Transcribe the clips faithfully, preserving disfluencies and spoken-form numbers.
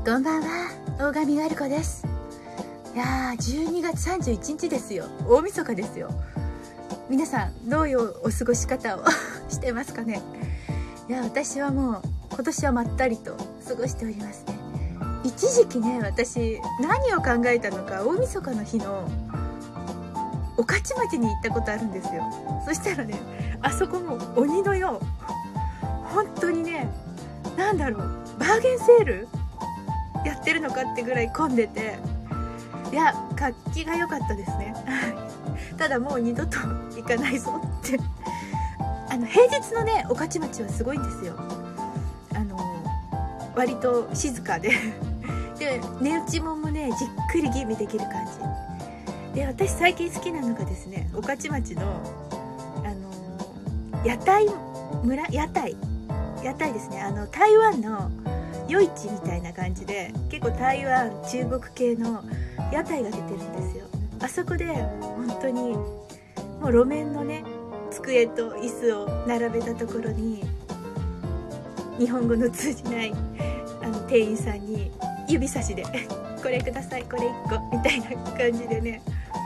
こんばんは、大神ガルコです。いやー、じゅうにがつさんじゅういちにちですよ。大晦日ですよ。皆さんどういうお過ごし方をしてますかね。いや、私はもう今年はまったりと過ごしておりますね。一時期ね、私何を考えたのか、大晦日の日の御徒町に行ったことあるんですよ。そしたらね、あそこも鬼のよう、本当にね、なんだろう、バーゲンセールやってるのかってぐらい混んでて、いや、活気が良かったですね。ただもう二度と行かないぞってあの平日のね、御徒町はすごいんですよ。あの割と静かでで、値打ちもんもね、じっくり吟味できる感じで、私最近好きなのがですね、御徒町のあの屋台村屋台屋台ですね。あの台湾の夜市みたいな感じで、結構台湾中国系の屋台が出てるんですよ。あそこで本当にもう路面のね、机と椅子を並べたところに、日本語の通じないあの店員さんに指差しでこれください、これいっこみたいな感じでね、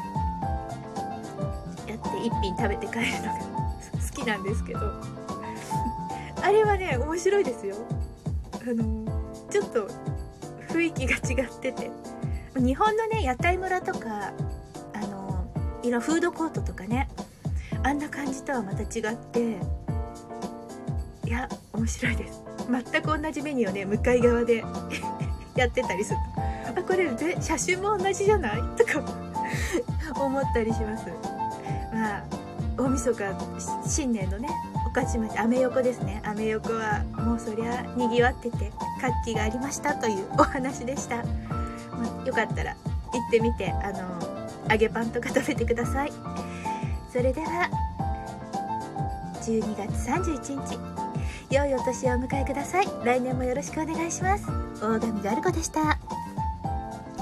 やって一品食べて帰るのが好きなんですけどあれはね、面白いですよ。あのちょっと雰囲気が違ってて、日本のね、屋台村とかあのいろフードコートとかね、あんな感じとはまた違って、いや、面白いです。全く同じメニューをね、向かい側でやってたりすると、あ、これで写真も同じじゃないとか思ったりします。まあ大晦日新年のね、御徒町アメ横ですね。アメ横はもうそりゃにぎわってて活気がありましたというお話でした。まあ、よかったら行ってみて、あの揚げパンとか食べてください。それではじゅうにがつさんじゅういちにち、良いお年をお迎えください。来年もよろしくお願いします。大神ガルコでした。